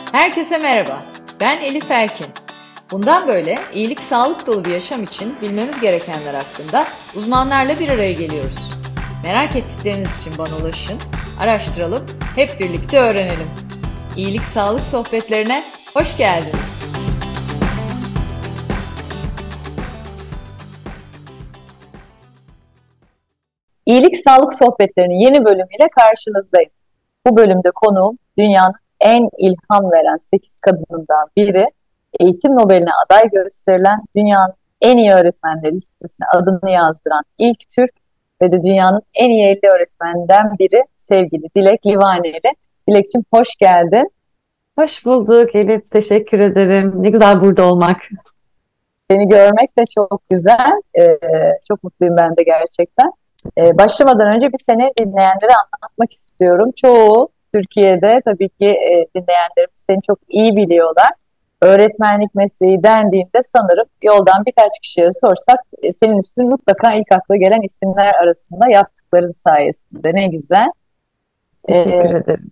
Herkese merhaba. Ben Elif Erkin. Bundan böyle iyilik, sağlık dolu bir yaşam için bilmemiz gerekenler hakkında uzmanlarla bir araya geliyoruz. Merak ettikleriniz için bana ulaşın, araştıralım, hep birlikte öğrenelim. İyilik, sağlık sohbetlerine hoş geldiniz. İyilik Sağlık Sohbetleri'nin yeni bölümüyle karşınızdayım. Bu bölümde konuğum dünyanın en ilham veren 8 kadınından biri, eğitim Nobel'ine aday gösterilen dünyanın en iyi öğretmenleri listesine adını yazdıran ilk Türk ve de dünyanın en iyi 50 öğretmeninden biri sevgili Dilek Livaneli. Dilekçim hoş geldin. Hoş bulduk Elif. Teşekkür ederim. Ne güzel burada olmak. Seni görmek de çok güzel. Çok mutluyum ben de gerçekten. Başlamadan önce bir seni dinleyenlere anlatmak istiyorum. Çoğu Türkiye'de tabii ki dinleyenlerimiz seni çok iyi biliyorlar. Öğretmenlik mesleği dendiğinde sanırım yoldan birkaç kişiye sorsak senin ismin mutlaka ilk akla gelen isimler arasında yaptıkların sayesinde. Ne güzel. Teşekkür ederim.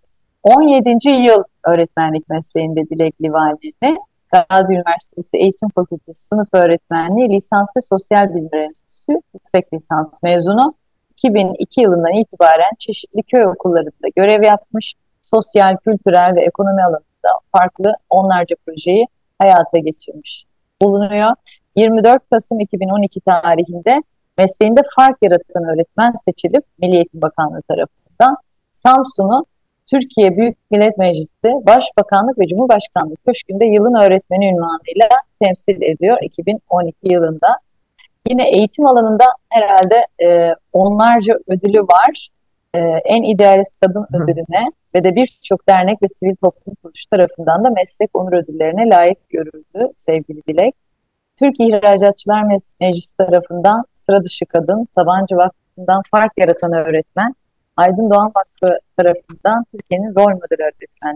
17. yıl öğretmenlik mesleğinde Dilek Livaneli. Gazi Üniversitesi Eğitim Fakültesi Sınıf Öğretmenliği Lisans ve Sosyal Bilimler Enstitüsü Yüksek Lisans mezunu. 2002 yılından itibaren çeşitli köy okullarında görev yapmış, sosyal, kültürel ve ekonomi alanında farklı onlarca projeyi hayata geçirmiş bulunuyor. 24 Kasım 2012 tarihinde mesleğinde fark yaratan öğretmen seçilip Milli Eğitim Bakanlığı tarafından Samsun'u Türkiye Büyük Millet Meclisi, Başbakanlık ve Cumhurbaşkanlığı Köşkü'nde yılın öğretmeni unvanıyla temsil ediyor 2012 yılında. Yine eğitim alanında herhalde onlarca ödülü var. En idealist kadın ödülüne ve de birçok dernek ve sivil toplum kuruluşu tarafından da meslek onur ödüllerine layık görüldü sevgili Dilek. Türkiye İhracatçılar Meclisi tarafından sıra dışı kadın, Sabancı Vakfı'ndan fark yaratan öğretmen, Aydın Doğan Vakfı tarafından Türkiye'nin rol model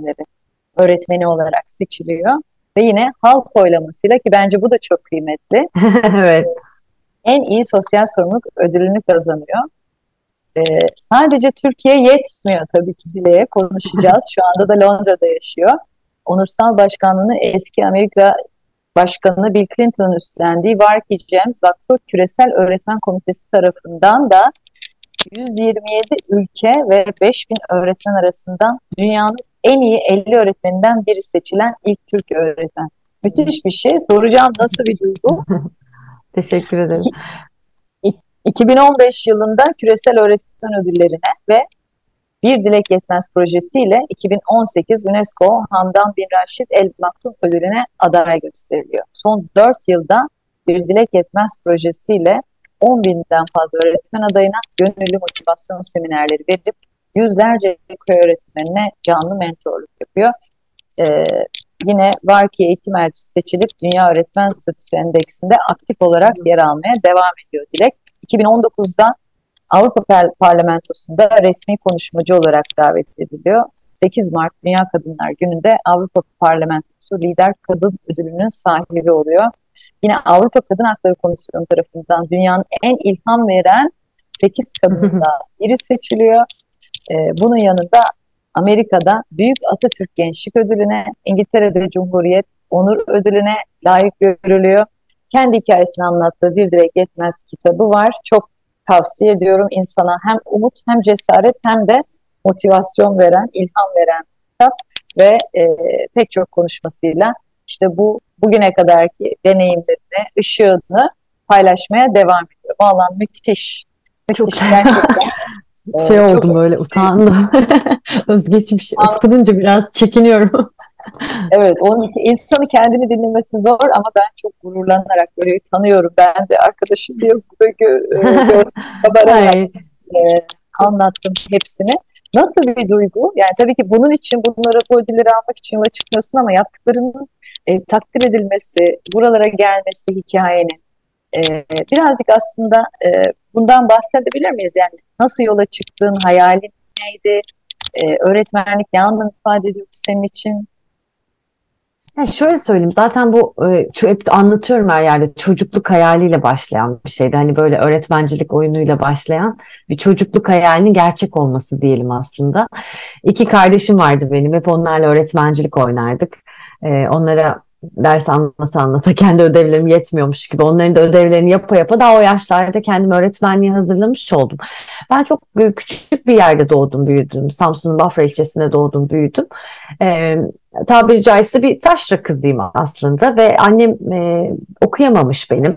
öğretmeni olarak seçiliyor. Ve yine halk oylamasıyla, ki bence bu da çok kıymetli, Evet. en iyi sosyal sorumluluk ödülünü kazanıyor. Ee, Sadece Türkiye yetmiyor tabii ki Dile'ye konuşacağız. Şu anda da Londra'da yaşıyor. Onursal başkanlığını eski Amerika Başkanı Bill Clinton'ın üstlendiği Warki James Vakfı Küresel Öğretmen Komitesi tarafından da 127 ülke ve 5000 öğretmen arasından dünyanın en iyi 50 öğretmeninden biri seçilen ilk Türk öğretmen. Müthiş bir şey. Soracağım, nasıl bir duygu? Teşekkür ederim. 2015 yılında Küresel Öğretmen Ödülleri'ne ve Bir Dilek Yetmez projesiyle 2018 UNESCO Hamdan Bin Raşid El Maktoum Ödülü'ne aday gösteriliyor. Son 4 yılda Bir Dilek Yetmez projesiyle 10 binden fazla öğretmen adayına gönüllü motivasyon seminerleri verip yüzlerce köy öğretmenine canlı mentorluk yapıyor. Ee, Yine Varki Eğitim Elçisi seçilip Dünya Öğretmen Statüsü Endeksinde aktif olarak yer almaya devam ediyor Dilek. 2019'da Avrupa Parlamentosu'nda resmi konuşmacı olarak davet ediliyor. 8 Mart Dünya Kadınlar Günü'nde Avrupa Parlamentosu Lider Kadın Ödülü'nün sahibi oluyor. Yine Avrupa Kadın Hakları Komisyonu tarafından dünyanın en ilham veren 8 kadından biri seçiliyor. Bunun yanında Amerika'da Büyük Atatürk Gençlik Ödülü'ne, İngiltere'de Cumhuriyet Onur Ödülü'ne layık görülüyor. Kendi hikayesini anlattığı Bir Dilek Yetmez kitabı var. Çok tavsiye ediyorum insana, hem umut hem cesaret hem de motivasyon veren, ilham veren kitap ve pek çok konuşmasıyla işte bugüne kadarki deneyimlerini, ışığını paylaşmaya devam ediyor. Bu alan müthiş, Çok müthiş gerçekten. Çok oldum, böyle utandım. Özgeçmiş okudunca biraz çekiniyorum. evet, onun için insanı kendini dinlemesi zor ama ben çok gururlanarak böyle tanıyorum. Ben de arkadaşım diye göz kabararak Ay, e, anlattım hepsini. Nasıl bir duygu? Yani tabii ki bunun için bunları, bu ödülleri almak için yola çıkmıyorsun ama yaptıklarının takdir edilmesi, buralara gelmesi hikayenin e, birazcık aslında bundan bahsedebilir miyiz? Yani nasıl yola çıktığın, hayalin neydi? Öğretmenlik ne anlam ifade ediyor senin için? Ya şöyle söyleyeyim, zaten bu hep anlatıyorum her yerde, çocukluk hayaliyle başlayan bir şeydi. Hani böyle öğretmencilik oyunuyla başlayan bir çocukluk hayalinin gerçek olması diyelim aslında. İki kardeşim vardı benim, hep onlarla öğretmencilik oynardık. Onlara ders anlata anlata kendi ödevlerim yetmiyormuş gibi onların da ödevlerini yapa yapa daha o yaşlarda kendimi öğretmenliğe hazırlamış oldum. Ben çok küçük bir yerde doğdum büyüdüm. Samsun'un Bafra ilçesinde doğdum büyüdüm. E, Tabiri caizse bir taşra kızıyım aslında ve annem okuyamamış benim.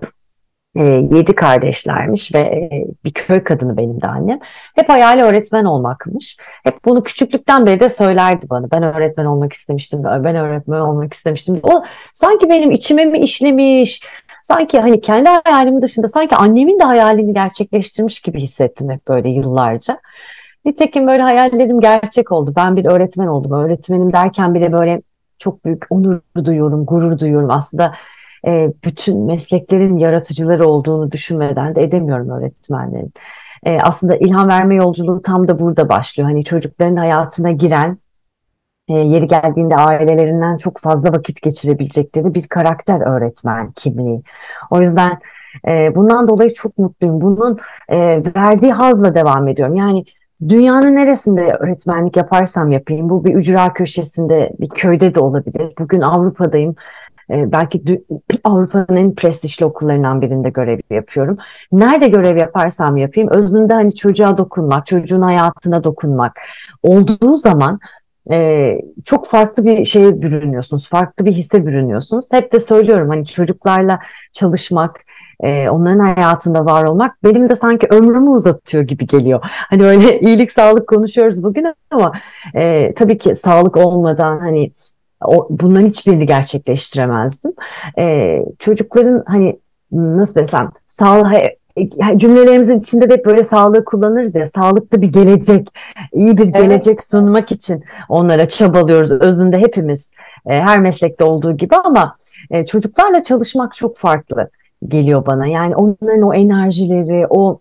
Yedi kardeşlermiş ve bir köy kadını benim de annem. Hep hayali öğretmen olmakmış. Hep bunu küçüklükten beri de söylerdi bana. Ben öğretmen olmak istemiştim, ben öğretmen olmak istemiştim. O sanki benim içime mi işlemiş, sanki hani kendi hayalimin dışında sanki annemin de hayalini gerçekleştirmiş gibi hissettim hep böyle yıllarca. Nitekim böyle hayallerim gerçek oldu. Ben bir öğretmen oldum. Öğretmenim derken bile böyle çok büyük onur duyuyorum, gurur duyuyorum. Aslında bütün mesleklerin yaratıcıları olduğunu düşünmeden de edemiyorum öğretmenlerin. Aslında ilham verme yolculuğu tam da burada başlıyor. Hani çocukların hayatına giren, yeri geldiğinde ailelerinden çok fazla vakit geçirebilecekleri bir karakter öğretmen kimliği. O yüzden bundan dolayı çok mutluyum. Bunun verdiği hazla devam ediyorum. Yani dünyanın neresinde öğretmenlik yaparsam yapayım, bu bir ücra köşesinde, bir köyde de olabilir. Bugün Avrupa'dayım. Belki Avrupa'nın en prestijli okullarından birinde görev yapıyorum. Nerede görev yaparsam yapayım, özünde hani çocuğa dokunmak, çocuğun hayatına dokunmak olduğu zaman çok farklı bir şeye bürünüyorsunuz, farklı bir hisse bürünüyorsunuz. Hep de söylüyorum hani çocuklarla çalışmak, onların hayatında var olmak benim de sanki ömrümü uzatıyor gibi geliyor. Hani öyle iyilik sağlık konuşuyoruz bugün ama tabii ki sağlık olmadan hani bunların hiçbirini gerçekleştiremezdim. Çocukların hani nasıl desem cümlelerimizin içinde de hep böyle sağlığı kullanırız ya, sağlıklı bir gelecek, iyi bir Evet. gelecek sunmak için onlara çabalıyoruz. Özünde hepimiz her meslekte olduğu gibi ama çocuklarla çalışmak çok farklı geliyor bana. Yani onların o enerjileri, o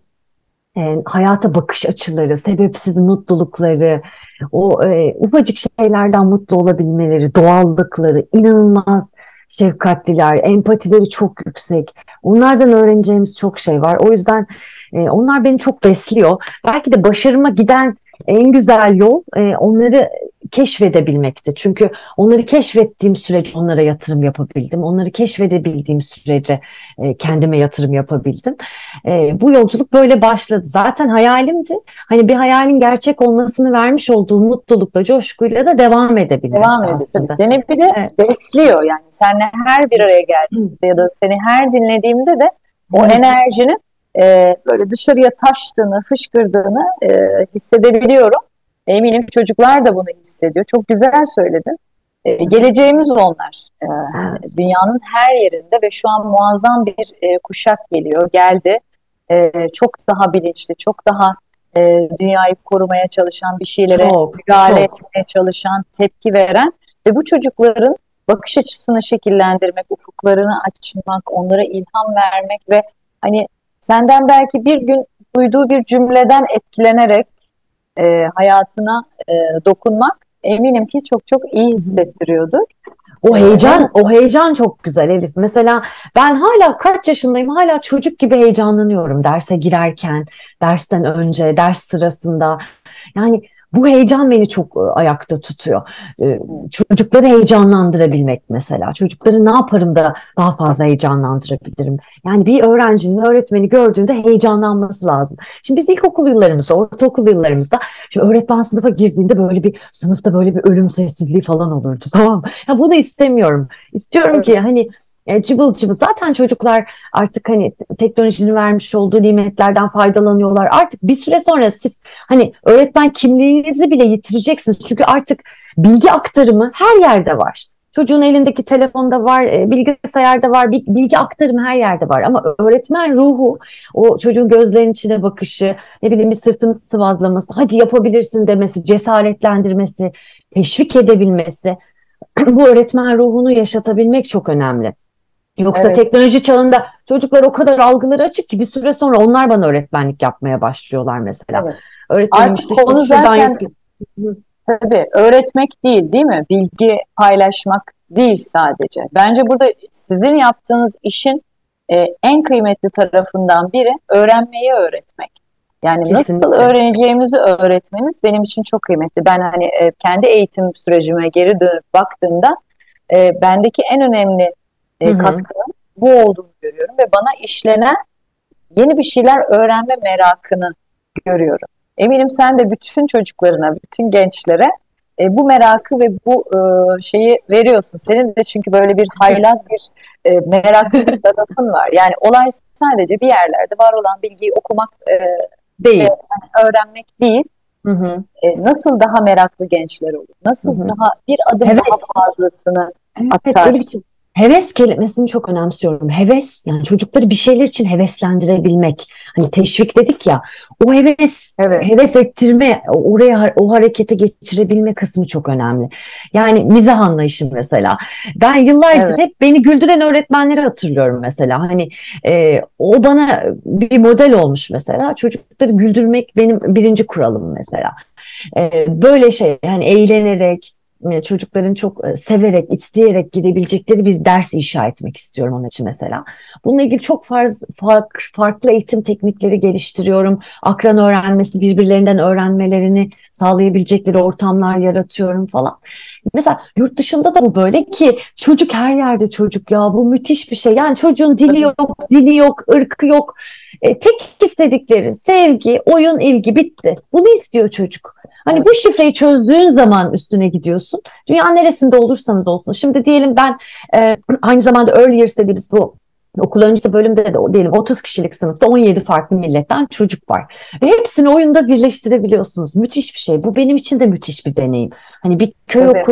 hayata bakış açıları, sebepsiz mutlulukları, o ufacık şeylerden mutlu olabilmeleri, doğallıkları, inanılmaz şefkatliler, empatileri çok yüksek. Onlardan öğreneceğimiz çok şey var. O yüzden onlar beni çok besliyor. Belki de başarıma giden en güzel yol onları keşfedebilmekti. Çünkü onları keşfettiğim sürece onlara yatırım yapabildim. Onları keşfedebildiğim sürece kendime yatırım yapabildim. Bu yolculuk böyle başladı. Zaten hayalimdi. Hani bir hayalin gerçek olmasını vermiş olduğu mutlulukla, coşkuyla da devam edebilmek Devam ediyor tabii. aslında. Seni bir de Evet. besliyor yani. Seninle her bir araya geldiğimizde ya da seni her dinlediğimde de o enerjinin böyle dışarıya taştığını, fışkırdığını hissedebiliyorum. Eminim çocuklar da bunu hissediyor. Çok güzel söyledin. Geleceğimiz onlar. Dünyanın her yerinde ve şu an muazzam bir kuşak geliyor, geldi. Çok daha bilinçli, çok daha dünyayı korumaya çalışan, bir şeylere müdahale etmeye çalışan, tepki veren ve bu çocukların bakış açısını şekillendirmek, ufuklarını açmak, onlara ilham vermek ve hani senden belki bir gün duyduğu bir cümleden etkilenerek hayatına dokunmak eminim ki çok çok iyi hissettiriyordur. O heyecan çok güzel Elif. Mesela ben hala kaç yaşındayım, hala çocuk gibi heyecanlanıyorum derse girerken, dersten önce, ders sırasında. Yani bu heyecan beni çok ayakta tutuyor. Çocukları heyecanlandırabilmek mesela. Çocukları ne yaparım da daha fazla heyecanlandırabilirim? Yani bir öğrencinin öğretmeni gördüğünde heyecanlanması lazım. Şimdi biz ilkokul yıllarımızda, ortaokul yıllarımızda şimdi öğretmen sınıfa girdiğinde böyle bir sınıfta böyle bir ölüm sessizliği falan olurdu, tamam mı? Ya bunu istemiyorum. İstiyorum ki hani cıvıl cıvıl. Zaten çocuklar artık hani teknolojinin vermiş olduğu nimetlerden faydalanıyorlar. Artık bir süre sonra siz hani öğretmen kimliğinizi bile yitireceksiniz. Çünkü artık bilgi aktarımı her yerde var. Çocuğun elindeki telefonda var, bilgisayarda var, bilgi aktarımı her yerde var. Ama öğretmen ruhu, o çocuğun gözlerinin içine bakışı, ne bileyim bir sırtını sıvazlaması, hadi yapabilirsin demesi, cesaretlendirmesi, teşvik edebilmesi, bu öğretmen ruhunu yaşatabilmek çok önemli. Yoksa Evet. teknoloji çağında çocuklar o kadar algıları açık ki bir süre sonra onlar bana öğretmenlik yapmaya başlıyorlar mesela. Evet. Öğretmenim Artık işte konu şuradan zaten tabii öğretmek değil mi? Bilgi paylaşmak, değil sadece. Bence burada sizin yaptığınız işin en kıymetli tarafından biri öğrenmeyi öğretmek. Yani nasıl Kesinlikle. öğreneceğimizi öğretmeniz benim için çok kıymetli. Ben hani kendi eğitim sürecime geri dönüp baktığımda bendeki en önemli Hı hı. katkının bu olduğunu görüyorum ve bana işlenen yeni bir şeyler öğrenme merakını görüyorum. Eminim sen de bütün çocuklarına, bütün gençlere bu merakı ve bu şeyi veriyorsun. Senin de çünkü böyle bir haylaz bir meraklı bir tarafın var. Yani olay sadece bir yerlerde var olan bilgiyi okumak ve Değil. öğrenmek değil. Hı hı. Nasıl daha meraklı gençler olur? Hı Nasıl hı. daha bir adım Heves. daha fazlasını Evet, atar? öyle bir şey. Heves kelimesini çok önemsiyorum. Heves, yani çocukları bir şeyler için heveslendirebilmek. Hani teşvik dedik ya, o Evet, heves ettirme, oraya o harekete geçirebilme kısmı çok önemli. Yani mizah anlayışı mesela. Ben yıllardır evet, hep beni güldüren öğretmenleri hatırlıyorum mesela. Hani o bana bir model olmuş mesela. Çocukları güldürmek benim birinci kuralım mesela. Böyle şey, hani eğlenerek, çocukların çok severek, isteyerek girebilecekleri bir ders inşa etmek istiyorum onun için mesela. Bununla ilgili çok farklı eğitim teknikleri geliştiriyorum. Akran öğrenmesi, birbirlerinden öğrenmelerini sağlayabilecekleri ortamlar yaratıyorum falan. Mesela yurt dışında da bu böyle ki çocuk her yerde çocuk ya, bu müthiş bir şey. Yani çocuğun dili tabii. yok, dini yok, ırkı yok. Tek istedikleri sevgi, oyun, ilgi, bitti. Bunu istiyor çocuk. Hani Evet. bu şifreyi çözdüğün zaman üstüne gidiyorsun. Dünyanın neresinde olursanız olsun. Şimdi diyelim ben aynı zamanda early years dediğimiz bu okul öncesi bölümde de diyelim 30 kişilik sınıfta 17 farklı milletten çocuk var. Ve hepsini oyunda birleştirebiliyorsunuz. Müthiş bir şey. Bu benim için de müthiş bir deneyim. Hani Tabii.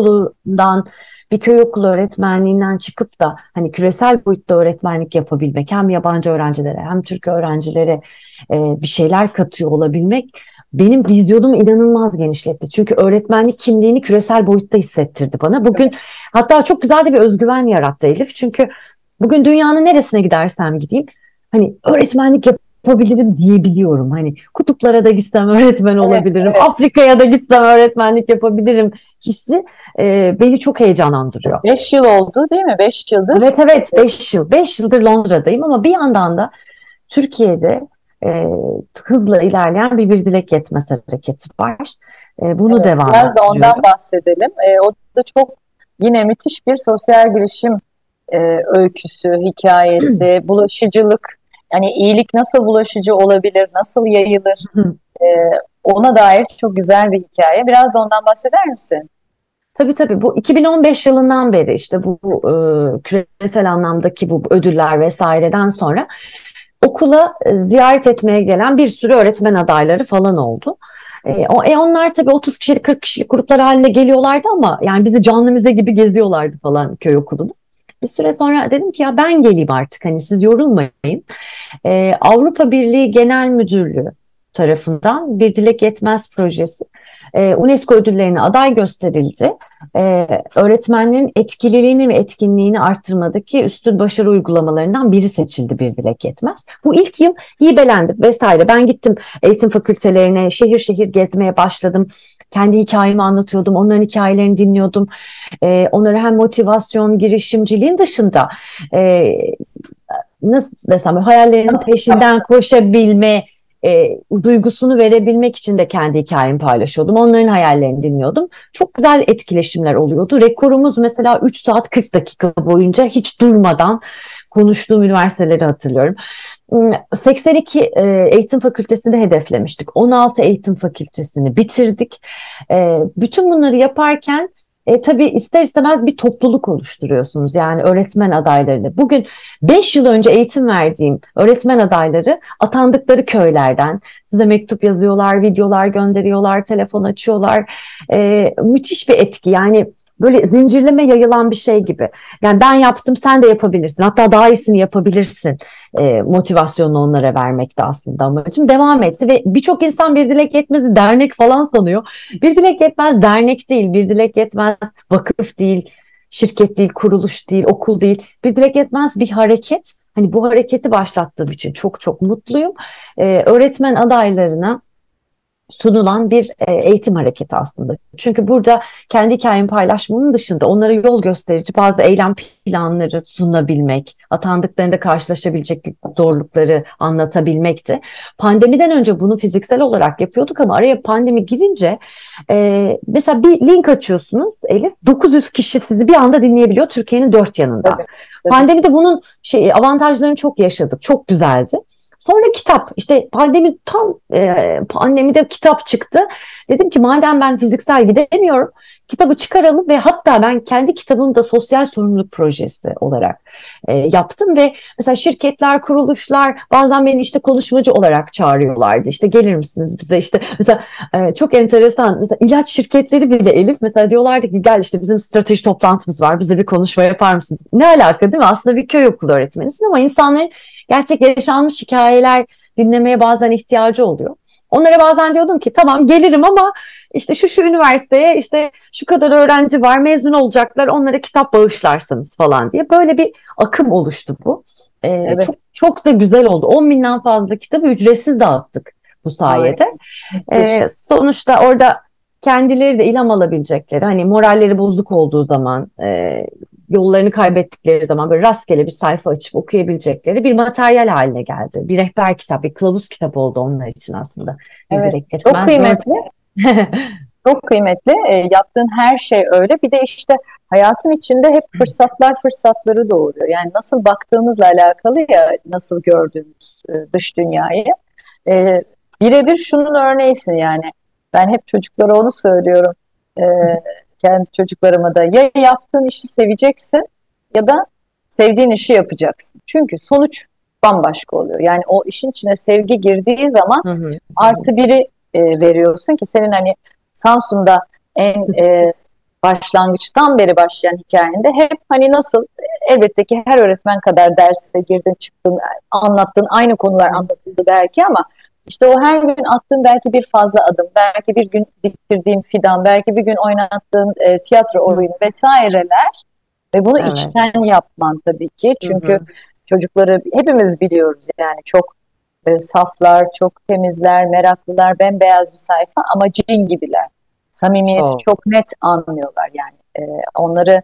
bir köy okulu öğretmenliğinden çıkıp da hani küresel boyutta öğretmenlik yapabilmek, hem yabancı öğrencilere hem Türk öğrencilere bir şeyler katıyor olabilmek benim vizyonumu inanılmaz genişletti. Çünkü öğretmenlik kimliğini küresel boyutta hissettirdi bana. Bugün hatta çok güzel de bir özgüven yarattı Elif. Çünkü bugün dünyanın neresine gidersem gideyim hani öğretmenlik yapabilirim diyebiliyorum. Hani kutuplara da gitsem öğretmen Evet, olabilirim. evet. Afrika'ya da gitsem öğretmenlik yapabilirim hissi beni çok heyecanlandırıyor. 5 yıl oldu değil mi? 5 yıldır. Evet, evet, 5 yıl. 5 yıldır Londra'dayım ama bir yandan da Türkiye'de e, hızla ilerleyen bir dilek yetmez hareketi var. Bunu Evet, devam biraz da ondan ettiriyorum. bahsedelim. O da çok yine müthiş bir sosyal girişim öyküsü, hikayesi, bulaşıcılık. Yani iyilik nasıl bulaşıcı olabilir, nasıl yayılır? E, Ona dair çok güzel bir hikaye. Biraz da ondan bahseder misin? Tabii, tabii, bu 2015 yılından beri işte bu küresel anlamdaki bu ödüller vesaireden sonra okula ziyaret etmeye gelen bir sürü öğretmen adayları falan oldu. Onlar tabii 30 kişilik 40 kişilik gruplar halinde geliyorlardı ama yani bizi canlı müze gibi geziyorlardı falan köy okulunu. Bir süre sonra dedim ki ya ben geleyim artık, hani siz yorulmayın. Avrupa Birliği Genel Müdürlüğü tarafından bir Dilek Yetmez projesi UNESCO ödüllerine aday gösterildi. Öğretmenlerin etkililiğini ve etkinliğini arttırmadaki üstün başarı uygulamalarından biri seçildi bir Dilek Yetmez. Bu ilk yıl hibelendim vesaire. Ben gittim eğitim fakültelerine, şehir şehir gezmeye başladım. Kendi hikayemi anlatıyordum, onların hikayelerini dinliyordum. Onlara hem motivasyon, girişimciliğin dışında e, nasıl desem hayallerinin Nasıl peşinden yaptın? koşabilme duygusunu verebilmek için de kendi hikayemi paylaşıyordum. Onların hayallerini dinliyordum. Çok güzel etkileşimler oluyordu. Rekorumuz mesela 3 saat 40 dakika boyunca hiç durmadan konuştuğum üniversiteleri hatırlıyorum. 82 eğitim fakültesini hedeflemiştik. 16 eğitim fakültesini bitirdik. Bütün bunları yaparken tabii ister istemez bir topluluk oluşturuyorsunuz. Yani öğretmen adaylarını. Bugün 5 yıl önce eğitim verdiğim öğretmen adayları atandıkları köylerden size mektup yazıyorlar, videolar gönderiyorlar, telefon açıyorlar. Müthiş bir etki. Yani böyle zincirleme yayılan bir şey gibi. Yani ben yaptım, sen de yapabilirsin. Hatta daha iyisini yapabilirsin. Motivasyonunu onlara vermekti aslında amacım. Devam etti ve birçok insan Bir Dilek Yetmez'i dernek falan sanıyor. Bir Dilek Yetmez dernek değil, Bir Dilek Yetmez vakıf değil, şirket değil, kuruluş değil, okul değil. Bir Dilek Yetmez bir hareket. Hani bu hareketi başlattığım için çok çok mutluyum. Öğretmen adaylarına sunulan bir eğitim hareketi aslında. Çünkü burada kendi hikayemi paylaşmanın dışında onlara yol gösterici bazı eylem planları sunabilmek, atandıklarında karşılaşabilecek zorlukları anlatabilmekti. Pandemiden önce bunu fiziksel olarak yapıyorduk ama araya pandemi girince mesela bir link açıyorsunuz Elif, 900 kişi sizi bir anda dinleyebiliyor Türkiye'nin dört yanında. Tabii. Pandemide bunun avantajlarını çok yaşadık, çok güzeldi. Sonra kitap, işte pandemide kitap çıktı. Dedim ki madem ben fiziksel gidemiyorum, kitabı çıkaralım ve hatta ben kendi kitabımı da sosyal sorumluluk projesi olarak yaptım ve mesela şirketler, kuruluşlar bazen beni işte konuşmacı olarak çağırıyorlardı. İşte gelir misiniz bize, işte mesela çok enteresan, mesela ilaç şirketleri bile Elif mesela diyorlardı ki gel işte bizim strateji toplantımız var, bize bir konuşma yapar mısın? Ne alaka değil mi? Aslında bir köy okulu öğretmenisin ama insanların gerçek yaşanmış hikayeler dinlemeye bazen ihtiyacı oluyor. Onlara bazen diyordum ki tamam gelirim ama işte şu üniversiteye işte şu kadar öğrenci var, mezun olacaklar, onlara kitap bağışlarsanız falan diye böyle bir akım oluştu bu. Evet. Çok da güzel oldu. 10 binden fazla kitabı ücretsiz dağıttık bu sayede. Sonuçta orada kendileri de ilham alabilecekleri, hani moralleri bozuk olduğu zaman, yollarını kaybettikleri zaman böyle rastgele bir sayfa açıp okuyabilecekleri bir materyal haline geldi. Bir rehber kitap, bir kılavuz kitap oldu onlar için aslında. Evet, Dilek çok Yetmez kıymetli. Çok kıymetli. Yaptığın her şey öyle. Bir de işte hayatın içinde hep fırsatları doğuruyor. Yani nasıl baktığımızla alakalı ya, nasıl gördüğümüz dış dünyayı. E, Birebir şunun örneğisin yani. Ben hep çocuklara onu söylüyorum. E, Kendi çocuklarıma da ya yaptığın işi seveceksin ya da sevdiğin işi yapacaksın. Çünkü sonuç bambaşka oluyor. Yani o işin içine sevgi girdiği zaman Hı hı. artı biri veriyorsun ki senin hani Samsun'da en başlangıçtan beri başlayan hikayende hep hani nasıl, elbette ki her öğretmen kadar derse girdin çıktın anlattın, aynı konular anlatıldı belki ama işte o her gün attığın belki bir fazla adım, belki bir gün diktirdiğin fidan, belki bir gün oynattığın tiyatro oyunu vesaireler ve bunu Evet. içten yapman tabii ki. Çünkü Hı hı. çocukları hepimiz biliyoruz yani çok saflar, çok temizler, meraklılar, bembeyaz bir sayfa ama cin gibiler. Samimiyeti Çok. çok net anlıyorlar yani. Onları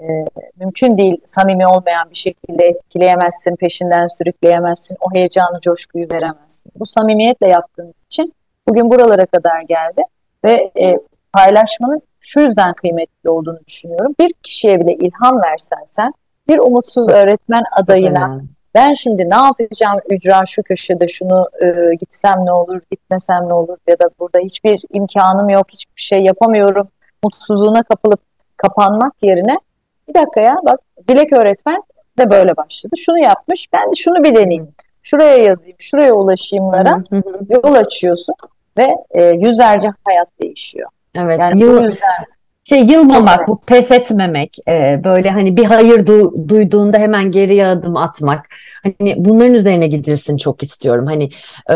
mümkün değil samimi olmayan bir şekilde etkileyemezsin, peşinden sürükleyemezsin, o heyecanı, coşkuyu veremezsin. Bu samimiyetle yaptığın için bugün buralara kadar geldi ve paylaşmanın şu yüzden kıymetli olduğunu düşünüyorum. Bir kişiye bile ilham versen sen, bir umutsuz öğretmen Çok adayına önemli. ben şimdi ne yapacağım ücra şu köşede şunu gitsem ne olur, gitmesem ne olur ya da burada hiçbir imkanım yok, hiçbir şey yapamıyorum. Mutsuzluğuna kapılıp kapanmak yerine bir dakika ya bak Dilek öğretmen de böyle başladı. Şunu yapmış, ben de şunu bir deneyeyim. Şuraya yazayım, şuraya ulaşayımlara Hı hı. yol açıyorsun ve yüzlerce hayat değişiyor. Evet, Yani bu yüzden yılmamak, bu pes etmemek, böyle hani bir hayır duyduğunda hemen geriye adım atmak. Hani bunların üzerine gidilsin çok istiyorum. Hani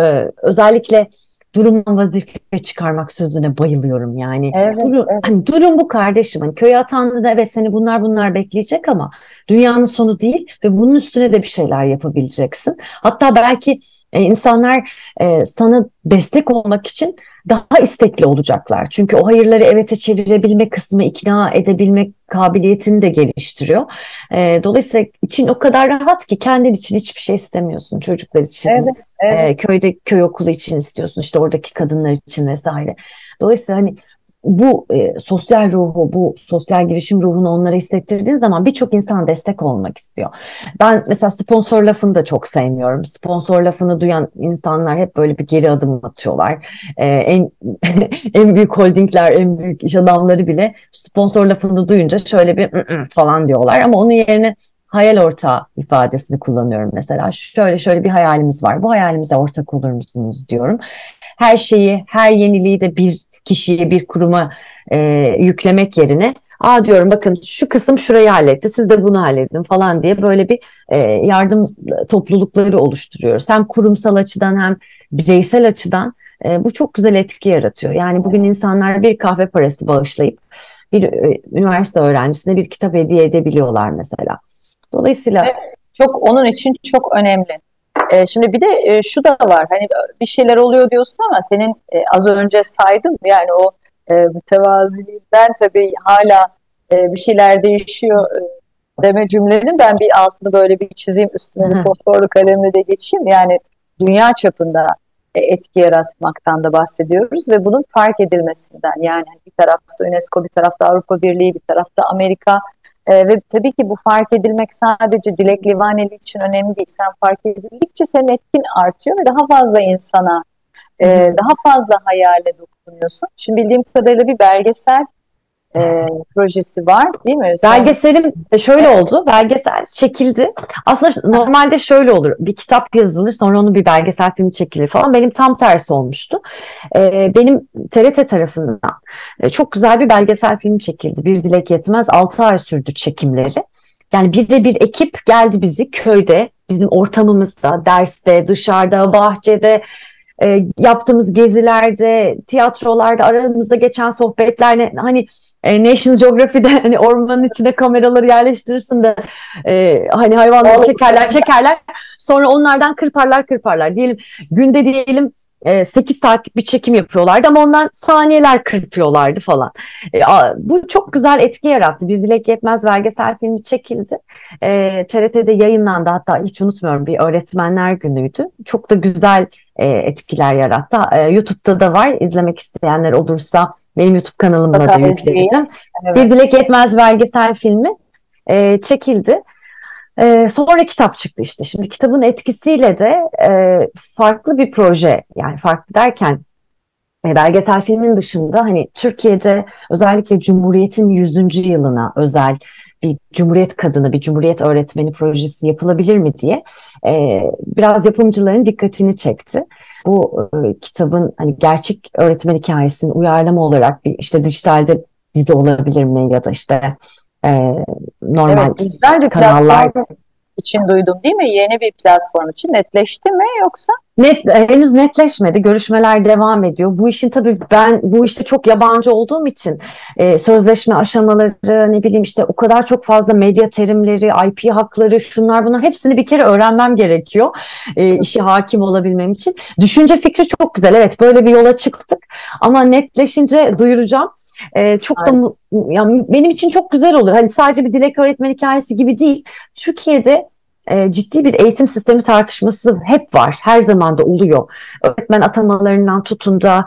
özellikle durumdan vazife çıkarmak sözüne bayılıyorum yani. evet, evet, Hani durum bu kardeşim. Hani köye atandığında evet seni bunlar bekleyecek ama dünyanın sonu değil ve bunun üstüne de bir şeyler yapabileceksin. Hatta belki insanlar sana destek olmak için daha istekli olacaklar. Çünkü o hayırları evete çevirebilme kısmı, ikna edebilme kabiliyetini de geliştiriyor. Dolayısıyla için o kadar rahat ki kendin için hiçbir şey istemiyorsun. Çocuklar için, evet, evet. köyde köy okulu için istiyorsun, işte oradaki kadınlar için vesaire. Dolayısıyla hani bu sosyal ruhu, bu sosyal girişim ruhunu onlara hissettirdiğin zaman birçok insan destek olmak istiyor. Ben mesela sponsor lafını da çok sevmiyorum. Sponsor lafını duyan insanlar hep böyle bir geri adım atıyorlar. En en büyük holdingler, en büyük iş adamları bile sponsor lafını duyunca şöyle bir falan diyorlar. Ama onun yerine hayal ortağı ifadesini kullanıyorum mesela. Şöyle bir hayalimiz var. Bu hayalimize ortak olur musunuz diyorum. Her şeyi, her yeniliği de bir kişiye, bir kuruma yüklemek yerine diyorum bakın şu kısım şurayı halletti, siz de bunu halledin falan diye böyle bir yardım toplulukları oluştururuyoruz. Hem kurumsal açıdan hem bireysel açıdan bu çok güzel etki yaratıyor. Yani bugün insanlar bir kahve parası bağışlayıp bir üniversite öğrencisine bir kitap hediye edebiliyorlar mesela. Dolayısıyla Ve çok onun için çok önemli. Şimdi bir de şu da var. Hani bir şeyler oluyor diyorsun ama senin az önce saydım yani o mütevaziliğinden tabii hala bir şeyler değişiyor deme cümlenin ben bir altını böyle bir çizeyim, üstüne bir fosforlu kalemle de geçeyim. Yani dünya çapında etki yaratmaktan da bahsediyoruz ve bunun fark edilmesinden, yani bir tarafta UNESCO, bir tarafta Avrupa Birliği, bir tarafta Amerika. Ve tabii ki bu fark edilmek sadece Dilek Livaneli için önemli değil. Sen fark edildikçe senin etkin artıyor ve daha fazla insana, daha fazla hayale dokunuyorsun. Şimdi bildiğim kadarıyla bir belgesel projesi var, değil mi? Belgeselim şöyle oldu. Belgesel çekildi. Aslında normalde şöyle olur. Bir kitap yazılır, sonra onun bir belgesel filmi çekilir falan. Benim tam tersi olmuştu. Benim TRT tarafından çok güzel bir belgesel film çekildi. Bir Dilek Yetmez. 6 ay sürdü çekimleri. Yani bir ekip geldi bizi köyde, bizim ortamımızda, derste, dışarıda, bahçede, yaptığımız gezilerde, tiyatrolarda, aramızda geçen sohbetler, hani National Geographic'de hani ormanın içine kameraları yerleştirirsin de hani hayvanları çekerler. Sonra onlardan kırparlar. Diyelim 8 saatlik bir çekim yapıyorlardı ama ondan saniyeler kırpıyorlardı falan. Bu çok güzel etki yarattı. Bir Dilek Yetmez belgesel filmi çekildi. TRT'de yayınlandı, hatta hiç unutmuyorum, bir öğretmenler günüydü. Çok da güzel etkiler yarattı. YouTube'da da var. İzlemek isteyenler olursa benim YouTube kanalımda da yükledim. Evet. Bir Dilek Yetmez belgesel filmi çekildi. Sonra kitap çıktı işte. Şimdi kitabın etkisiyle de farklı bir proje, yani farklı derken belgesel filmin dışında hani Türkiye'de özellikle Cumhuriyet'in 100. yılına özel bir Cumhuriyet kadını, bir Cumhuriyet öğretmeni projesi yapılabilir mi diye biraz yapımcıların dikkatini çekti. Bu kitabın hani gerçek öğretmen hikayesini uyarlama olarak bir işte dijitalde dizi olabilir mi ya da işte normal dijital bir kanallar için duydum, değil mi? Yeni bir platform için netleşti mi yoksa? Henüz netleşmedi. Görüşmeler devam ediyor. Bu işin tabii ben bu işte çok yabancı olduğum için sözleşme aşamaları, ne bileyim işte o kadar çok fazla medya terimleri, IP hakları, şunlar bunlar hepsini bir kere öğrenmem gerekiyor. İşe hakim olabilmem için. Düşünce fikri çok güzel. Evet, böyle bir yola çıktık ama netleşince duyuracağım. Çok da yani benim için çok güzel olur. Hani sadece bir Dilek öğretmen hikayesi gibi değil. Türkiye'de ciddi bir eğitim sistemi tartışması hep var. Her zaman da oluyor. Öğretmen atamalarından tutun da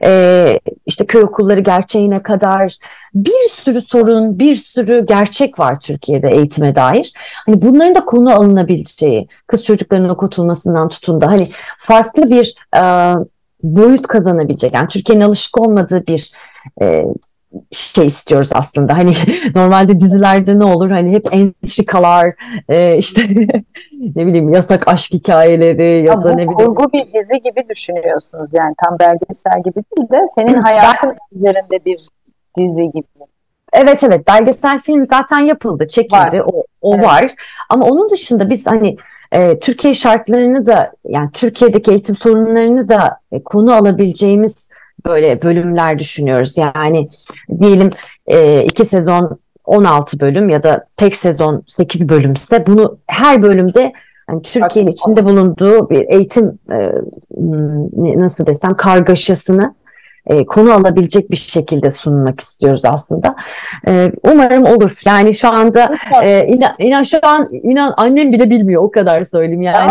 işte köy okulları gerçeğine kadar bir sürü sorun, bir sürü gerçek var Türkiye'de eğitime dair. Hani bunların da konu alınabileceği, kız çocuklarının okutulmasından tutun da hani farklı bir boyut kazanabilecek. Yani Türkiye'nin alışık olmadığı bir şey istiyoruz aslında. Hani normalde dizilerde ne olur? Hani hep entrikalar, işte ne bileyim yasak aşk hikayeleri ya da ne bileyim. Kurgu bir dizi gibi düşünüyorsunuz, yani tam belgesel gibi değil de senin hayatın üzerinde bir dizi gibi. Evet, belgesel film zaten yapıldı, çekildi, o evet. Var. Ama onun dışında biz hani Türkiye şartlarını da, yani Türkiye'deki eğitim sorunlarını da konu alabileceğimiz böyle bölümler düşünüyoruz. Yani diyelim 2 sezon 16 bölüm ya da tek sezon 8 bölümse bunu her bölümde yani Türkiye'nin içinde bulunduğu bir eğitim nasıl desem kargaşasını konu alabilecek bir şekilde sunmak istiyoruz aslında. Umarım olur. Yani şu anda inan annem bile bilmiyor, o kadar söyleyeyim yani.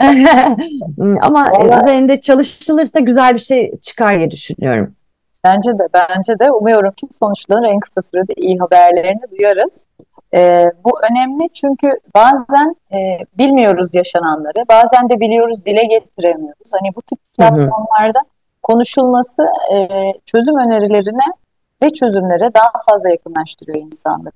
Ama üzerinde çalışılırsa güzel bir şey çıkar diye düşünüyorum. Bence de umuyorum ki sonuçların en kısa sürede iyi haberlerini duyarız. Bu önemli çünkü bazen bilmiyoruz yaşananları, bazen de biliyoruz, dile getiremiyoruz. Hani bu tip platformlarda konuşulması çözüm önerilerine ve çözümlere daha fazla yakınlaştırıyor insanları.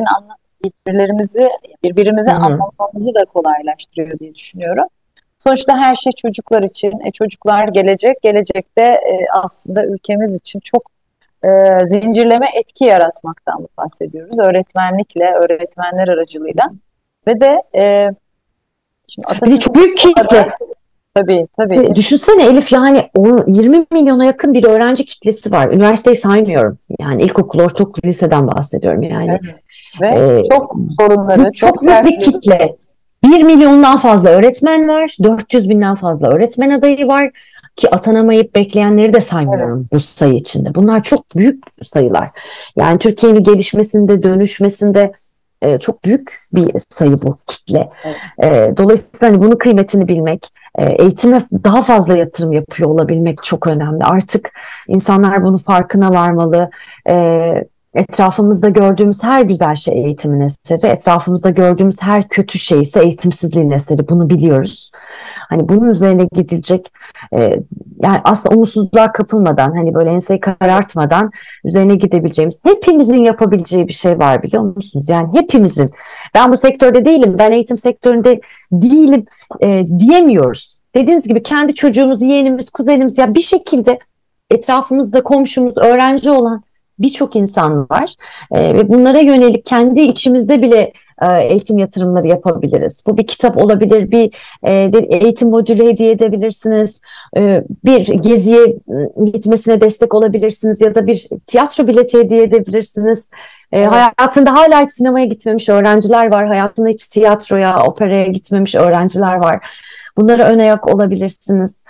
Birbirimizi anlamamızı da kolaylaştırıyor diye düşünüyorum. Sonuçta her şey çocuklar için. Çocuklar gelecekte aslında ülkemiz için çok zincirleme etki yaratmaktan bahsediyoruz. Öğretmenlikle, öğretmenler aracılığıyla. Ve de bir de çok büyük kitle. Tabii. Düşünsene Elif, yani 20 milyona yakın bir öğrenci kitlesi var. Üniversiteyi saymıyorum. Yani ilkokul, ortaokul, liseden bahsediyorum yani. Evet. Ve çok sorunları, çok büyük bir kitle. 1 milyondan fazla öğretmen var, 400 binden fazla öğretmen adayı var ki atanamayıp bekleyenleri de saymıyorum bu sayı içinde. Bunlar çok büyük sayılar. Yani Türkiye'nin gelişmesinde, dönüşmesinde çok büyük bir sayı bu kitle. Dolayısıyla hani bunun kıymetini bilmek, eğitime daha fazla yatırım yapıyor olabilmek çok önemli. Artık insanlar bunun farkına varmalı. Etrafımızda gördüğümüz her güzel şey eğitimin eseri, etrafımızda gördüğümüz her kötü şey ise eğitimsizliğin eseri. Bunu biliyoruz. Hani bunun üzerine gidilecek, yani aslında umutsuzluğa kapılmadan, hani böyle enseyi karartmadan üzerine gidebileceğimiz, hepimizin yapabileceği bir şey var, biliyor musunuz? Yani hepimizin. Ben bu sektörde değilim, ben eğitim sektöründe değilim diyemiyoruz. Dediğiniz gibi kendi çocuğumuz, yeğenimiz, kuzenimiz, ya bir şekilde etrafımızda komşumuz, öğrenci olan birçok insan var ve bunlara yönelik kendi içimizde bile eğitim yatırımları yapabiliriz. Bu bir kitap olabilir, bir eğitim modülü hediye edebilirsiniz, bir geziye gitmesine destek olabilirsiniz ya da bir tiyatro bileti hediye edebilirsiniz. Hayatında hala hiç sinemaya gitmemiş öğrenciler var, hayatında hiç tiyatroya, operaya gitmemiş öğrenciler var. Bunlara ön ayak olabilirsiniz.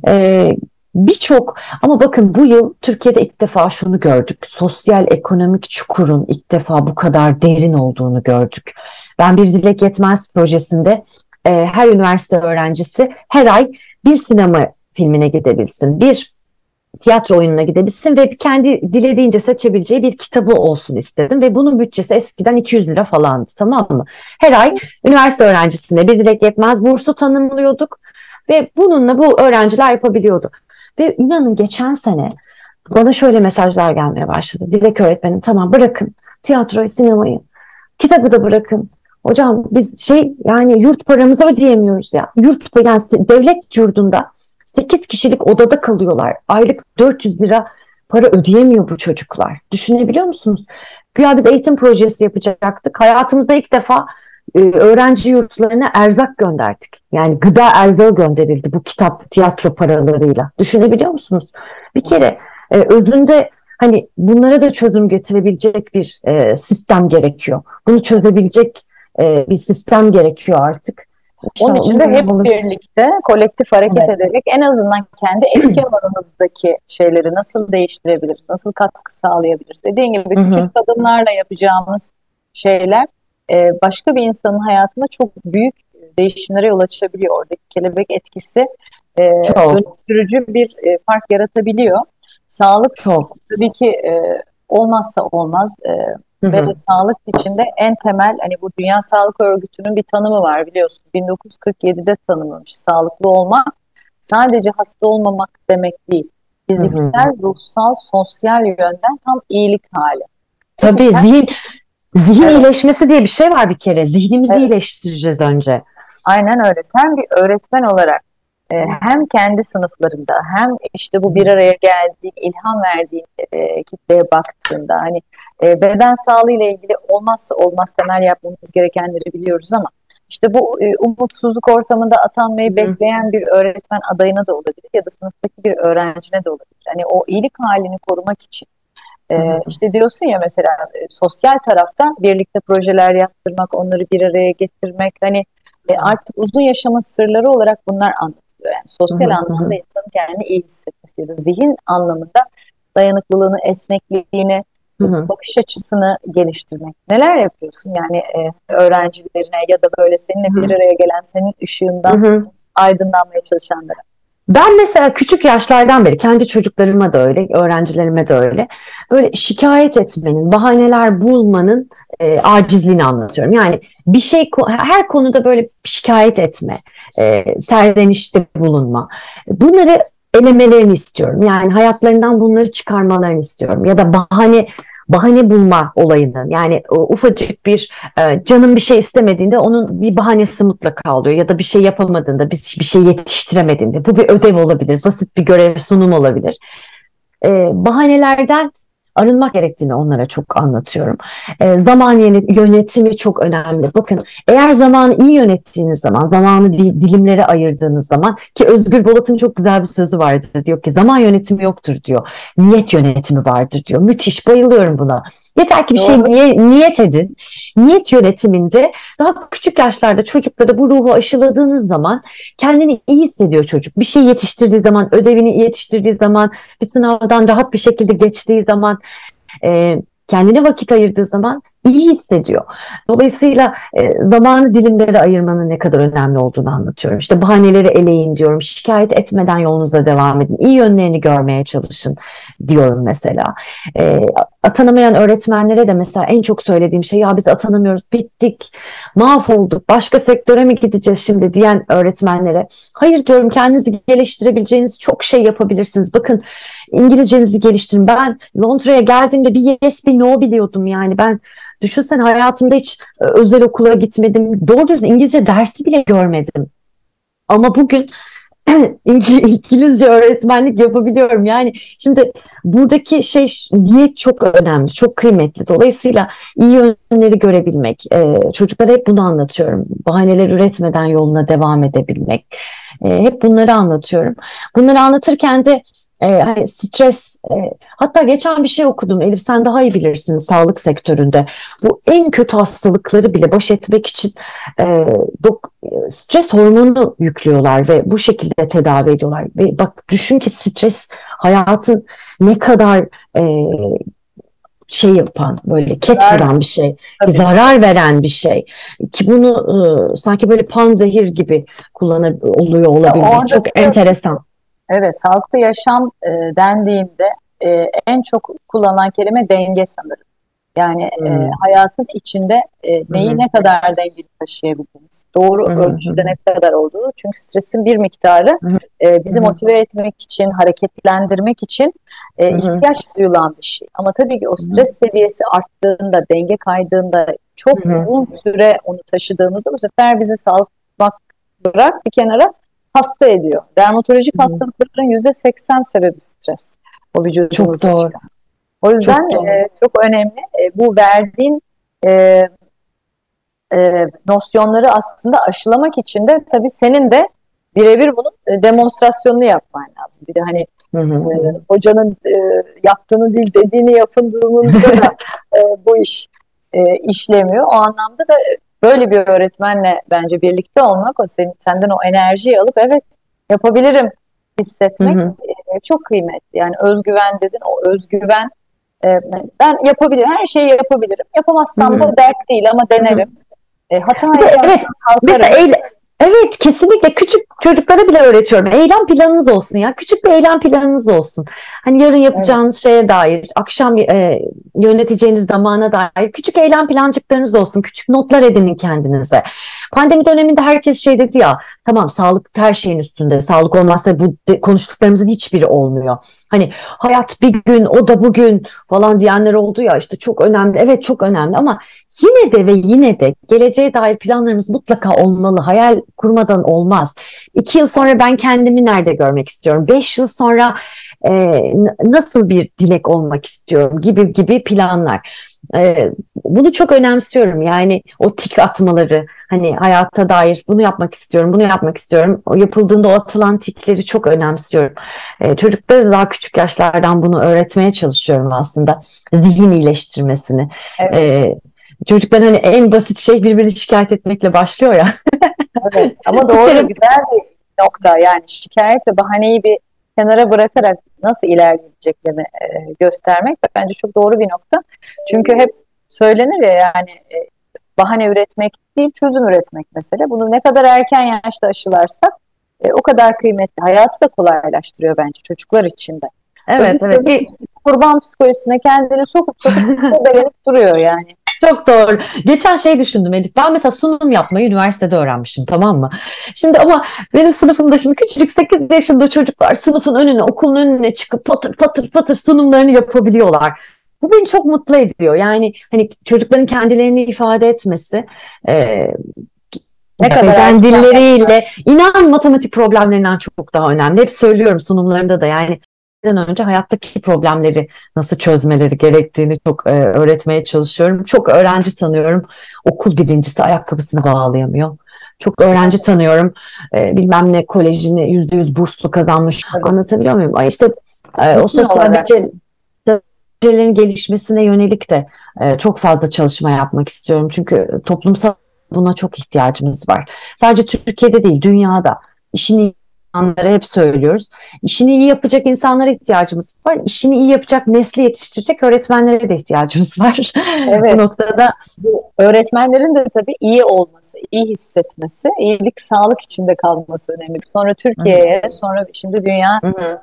Birçok, ama bakın bu yıl Türkiye'de ilk defa şunu gördük. Sosyal ekonomik çukurun ilk defa bu kadar derin olduğunu gördük. Ben Bir Dilek Yetmez projesinde her üniversite öğrencisi her ay bir sinema filmine gidebilsin, bir tiyatro oyununa gidebilsin ve kendi dilediğince seçebileceği bir kitabı olsun istedim. Ve bunun bütçesi eskiden 200 lira falandı, tamam mı? Her ay üniversite öğrencisine Bir Dilek Yetmez bursu tanımlıyorduk ve bununla bu öğrenciler yapabiliyordu. Ve inanın geçen sene bana şöyle mesajlar gelmeye başladı. Dilek öğretmenim, tamam bırakın tiyatroyu, sinemayı, kitabı da bırakın. Hocam biz yani yurt paramızı ödeyemiyoruz ya. Yani devlet yurdunda 8 kişilik odada kalıyorlar. Aylık 400 lira para ödeyemiyor bu çocuklar. Düşünebiliyor musunuz? Güya biz eğitim projesi yapacaktık. Hayatımızda ilk defa öğrenci yurtlarına erzak gönderdik. Yani gıda erzağı gönderildi bu kitap, tiyatro paralarıyla. Düşünebiliyor musunuz? Bir kere özünde hani bunlara da çözüm getirebilecek bir sistem gerekiyor. Bunu çözebilecek bir sistem gerekiyor artık. Onun için de hep birlikte kolektif hareket ederek en azından kendi etki alanımızdaki şeyleri nasıl değiştirebiliriz, nasıl katkı sağlayabiliriz? Dediğin gibi küçük adımlarla yapacağımız şeyler başka bir insanın hayatında çok büyük değişimlere yol açabiliyor. Oradaki kelebek etkisi dönüştürücü bir fark yaratabiliyor. Sağlık tabii ki olmazsa olmaz ve de sağlık içinde en temel, hani bu Dünya Sağlık Örgütü'nün bir tanımı var biliyorsun. 1947'de tanımlamış. Sağlıklı olmak sadece hasta olmamak demek değil. Fiziksel, ruhsal, sosyal yönden tam iyilik hali. Tabii zihin iyileşmesi diye bir şey var bir kere. Zihnimizi iyileştireceğiz önce. Aynen öyle. Sen bir öğretmen olarak hem kendi sınıflarında hem işte bu bir araya geldiğin, ilham verdiğin kitleye baktığında hani beden sağlığı ile ilgili olmazsa olmaz temel yapmamız gerekenleri biliyoruz ama işte bu umutsuzluk ortamında atanmayı bekleyen bir öğretmen adayına da olabilir ya da sınıftaki bir öğrencine de olabilir. Hani o iyilik halini korumak için işte diyorsun ya mesela sosyal taraftan birlikte projeler yaptırmak, onları bir araya getirmek, hani artık uzun yaşamın sırları olarak bunlar anlatılıyor. Yani sosyal anlamda insanın kendini iyi hissetmesi ya da zihin anlamında dayanıklılığını, esnekliğini, bakış açısını geliştirmek. Neler yapıyorsun yani öğrencilerine ya da böyle seninle bir araya gelen, senin ışığından aydınlanmaya çalışanlara? Ben mesela küçük yaşlardan beri kendi çocuklarıma da öyle, öğrencilerime de öyle. Böyle şikayet etmenin, bahaneler bulmanın acizliğini anlatıyorum. Yani bir şey, her konuda böyle şikayet etme, serzenişte bulunma. Bunları elemelerini istiyorum. Yani hayatlarından bunları çıkarmalarını istiyorum. Ya da bahane bulma olayının, yani ufacık bir canım bir şey istemediğinde onun bir bahanesi mutlaka oluyor ya da bir şey yapamadığında, bir şey yetiştiremediğinde, bu bir ödev olabilir, basit bir görev, sunum olabilir. Bahanelerden arınmak gerektiğini onlara çok anlatıyorum. Zaman yönetimi çok önemli. Bakın, eğer zamanı iyi yönettiğiniz zaman, zamanı dilimlere ayırdığınız zaman, ki Özgür Bolat'ın çok güzel bir sözü vardır, diyor ki zaman yönetimi yoktur diyor. Niyet yönetimi vardır diyor. Müthiş, bayılıyorum buna. Yeter ki bir şey niyet edin. Niyet yönetiminde daha küçük yaşlarda çocuklara bu ruhu aşıladığınız zaman kendini iyi hissediyor çocuk. Bir şey yetiştirdiği zaman, ödevini yetiştirdiği zaman, bir sınavdan rahat bir şekilde geçtiği zaman, kendine vakit ayırdığı zaman iyi hissediyor. Dolayısıyla zamanı dilimlere ayırmanın ne kadar önemli olduğunu anlatıyorum. İşte bahaneleri eleyin diyorum. Şikayet etmeden yolunuza devam edin. İyi yönlerini görmeye çalışın diyorum mesela. Atanamayan öğretmenlere de mesela en çok söylediğim şey, ya biz atanamıyoruz, bittik, mahvolduk, başka sektöre mi gideceğiz şimdi diyen öğretmenlere, hayır diyorum, kendinizi geliştirebileceğiniz çok şey yapabilirsiniz. Bakın, İngilizcenizi geliştirin. Ben Londra'ya geldiğimde bir yes bir no biliyordum yani. Ben düşünsen, hayatımda hiç özel okula gitmedim. Doğru dürüst İngilizce dersi bile görmedim. Ama bugün İngilizce öğretmenlik yapabiliyorum. Yani şimdi buradaki niyet çok önemli, çok kıymetli. Dolayısıyla iyi yönleri görebilmek, çocuklara hep bunu anlatıyorum. Bahaneler üretmeden yoluna devam edebilmek. Hep bunları anlatıyorum. Bunları anlatırken de hani stres, hatta geçen bir şey okudum Elif, sen daha iyi bilirsin, sağlık sektöründe bu en kötü hastalıkları bile baş etmek için stres hormonu yüklüyorlar ve bu şekilde tedavi ediyorlar. Ve bak, düşün ki stres hayatın ne kadar yapan, böyle ket vuran bir şey, zarar veren bir şey ki bunu sanki böyle panzehir gibi oluyor olabilmek çok enteresan. Evet, sağlıklı yaşam dendiğinde en çok kullanılan kelime denge sanırım. Yani hayatın içinde neyi ne kadar dengeli taşıyabildiniz, doğru ölçüde ne kadar olduğu. Çünkü stresin bir miktarı bizi motive etmek için, hareketlendirmek için ihtiyaç duyulan bir şey. Ama tabii ki o stres seviyesi arttığında, denge kaydığında, çok uzun süre onu taşıdığımızda bu sefer bizi sağlıklı bırak bir kenara, hasta ediyor. Dermatolojik hastalıkların %80 sebebi stres. O vücudumuzda çok çıkan. O yüzden çok önemli. Bu verdiğin nosyonları aslında aşılamak için de tabii senin de birebir bunun demonstrasyonunu yapman lazım. Bir de hani hocanın yaptığını değil dediğini yapın durumunda da bu iş işlemiyor. O anlamda da böyle bir öğretmenle bence birlikte olmak, o senden o enerjiyi alıp evet yapabilirim hissetmek çok kıymetli. Yani özgüven dedin, o özgüven, ben yapabilirim, her şeyi yapabilirim. Yapamazsam da dert değil ama denerim. Hata evet, mesela evet, kesinlikle küçük çocuklara bile öğretiyorum. Eylem planınız olsun ya. Küçük bir eylem planınız olsun. Hani yarın yapacağınız şeye dair, akşam yöneteceğiniz zamana dair küçük eylem plancıklarınız olsun. Küçük notlar edinin kendinize. Pandemi döneminde herkes dedi ya, tamam, sağlık her şeyin üstünde. Sağlık olmazsa bu konuştuklarımızın hiçbiri olmuyor. Hani hayat bir gün, o da bugün falan diyenler oldu ya, işte çok önemli. Evet, çok önemli ama yine de geleceğe dair planlarımız mutlaka olmalı. Hayal kurmadan olmaz. 2 yıl sonra ben kendimi nerede görmek istiyorum? 5 yıl sonra nasıl bir dilek olmak istiyorum gibi planlar. Bunu çok önemsiyorum. Yani o tik atmaları, hani hayata dair bunu yapmak istiyorum, bunu yapmak istiyorum. O yapıldığında o atılan tikleri çok önemsiyorum. Çocuklara da daha küçük yaşlardan bunu öğretmeye çalışıyorum aslında. Zihin iyileştirmesini. Evet. Çocuklar hani en basit şey birbirini şikayet etmekle başlıyor ya. Evet, ama doğru, güzel bir nokta. Yani şikayet ve bahaneyi bir kenara bırakarak nasıl ilerleyeceklerini göstermek bence çok doğru bir nokta. Çünkü hep söylenir ya, yani bahane üretmek değil, çözüm üretmek mesele. Bunu ne kadar erken yaşta aşılarsak o kadar kıymetli. Hayatı da kolaylaştırıyor bence çocuklar için de. Evet. Kurban psikolojisine kendini sokup beğenip duruyor yani. Çok doğru. Geçen düşündüm Elif. Ben mesela sunum yapmayı üniversitede öğrenmişim, tamam mı? Şimdi ama benim sınıfımda şimdi küçücük 8 yaşında çocuklar sınıfın önüne, okulun önüne çıkıp patır patır sunumlarını yapabiliyorlar. Bu beni çok mutlu ediyor. Yani hani çocukların kendilerini ifade etmesi, ne kadar beden dilleriyle, inan matematik problemlerinden çok daha önemli. Hep söylüyorum sunumlarımda da, yani önce hayattaki problemleri nasıl çözmeleri gerektiğini çok öğretmeye çalışıyorum. Çok öğrenci tanıyorum. Okul birincisi ayakkabısını bağlayamıyor. Çok öğrenci tanıyorum. Bilmem ne kolejini %100 burslu kazanmış. Evet. Anlatabiliyor muyum? İşte o sosyal beceri projelerin gelişmesine yönelik de çok fazla çalışma yapmak istiyorum. Çünkü toplumsal buna çok ihtiyacımız var. Sadece Türkiye'de değil, dünyada. İşini iyi insanlara hep söylüyoruz. İşini iyi yapacak insanlara ihtiyacımız var. İşini iyi yapacak nesli yetiştirecek öğretmenlere de ihtiyacımız var. Evet. Bu noktada Öğretmenlerin de tabii iyi olması, iyi hissetmesi, iyilik, sağlık içinde kalması önemli. Sonra Türkiye'ye, sonra şimdi dünya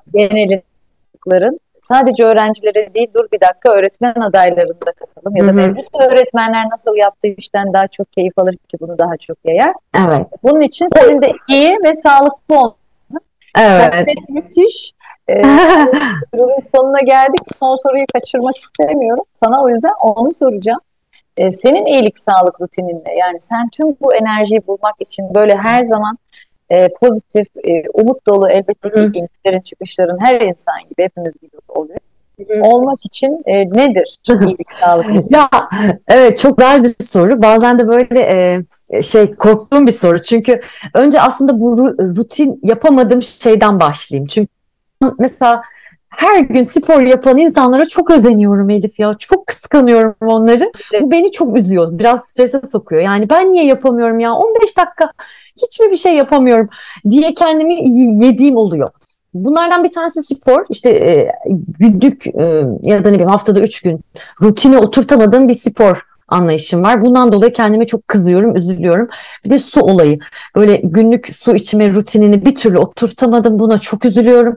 genelinlerin sadece öğrencilere değil, dur bir dakika, öğretmen adaylarını da katalım ya da mevcut öğretmenler nasıl yaptığı işten daha çok keyif alır ki bunu daha çok yayar. evet. Bunun için senin de iyi ve sağlıklı olman. Evet. Sohbet müthiş. Programın sonuna geldik. Son soruyu kaçırmak istemiyorum. Sana o yüzden onu soracağım. Senin iyilik sağlık rutininde, yani sen tüm bu enerjiyi bulmak için böyle her zaman pozitif, umut dolu, elbette ki inişlerin çıkışların her insan gibi, hepimiz gibi oluyor. Olmak için nedir iyilik sağlık rutini? Ya evet, çok güzel bir soru. Bazen de böyle korktuğum bir soru. Çünkü önce aslında bu rutin yapamadığım şeyden başlayayım. Çünkü mesela her gün spor yapan insanlara çok özeniyorum Elif ya. Çok kıskanıyorum onları. Bu beni çok üzüyor. Biraz strese sokuyor. Yani ben niye yapamıyorum ya? 15 dakika hiç mi bir şey yapamıyorum diye kendimi yediğim oluyor. Bunlardan bir tanesi spor. İşte günlük ya da ne bileyim haftada 3 gün rutine oturtamadığım bir spor anlayışım var. Bundan dolayı kendime çok kızıyorum, üzülüyorum. Bir de su olayı. Böyle günlük su içme rutinini bir türlü oturtamadım. Buna çok üzülüyorum.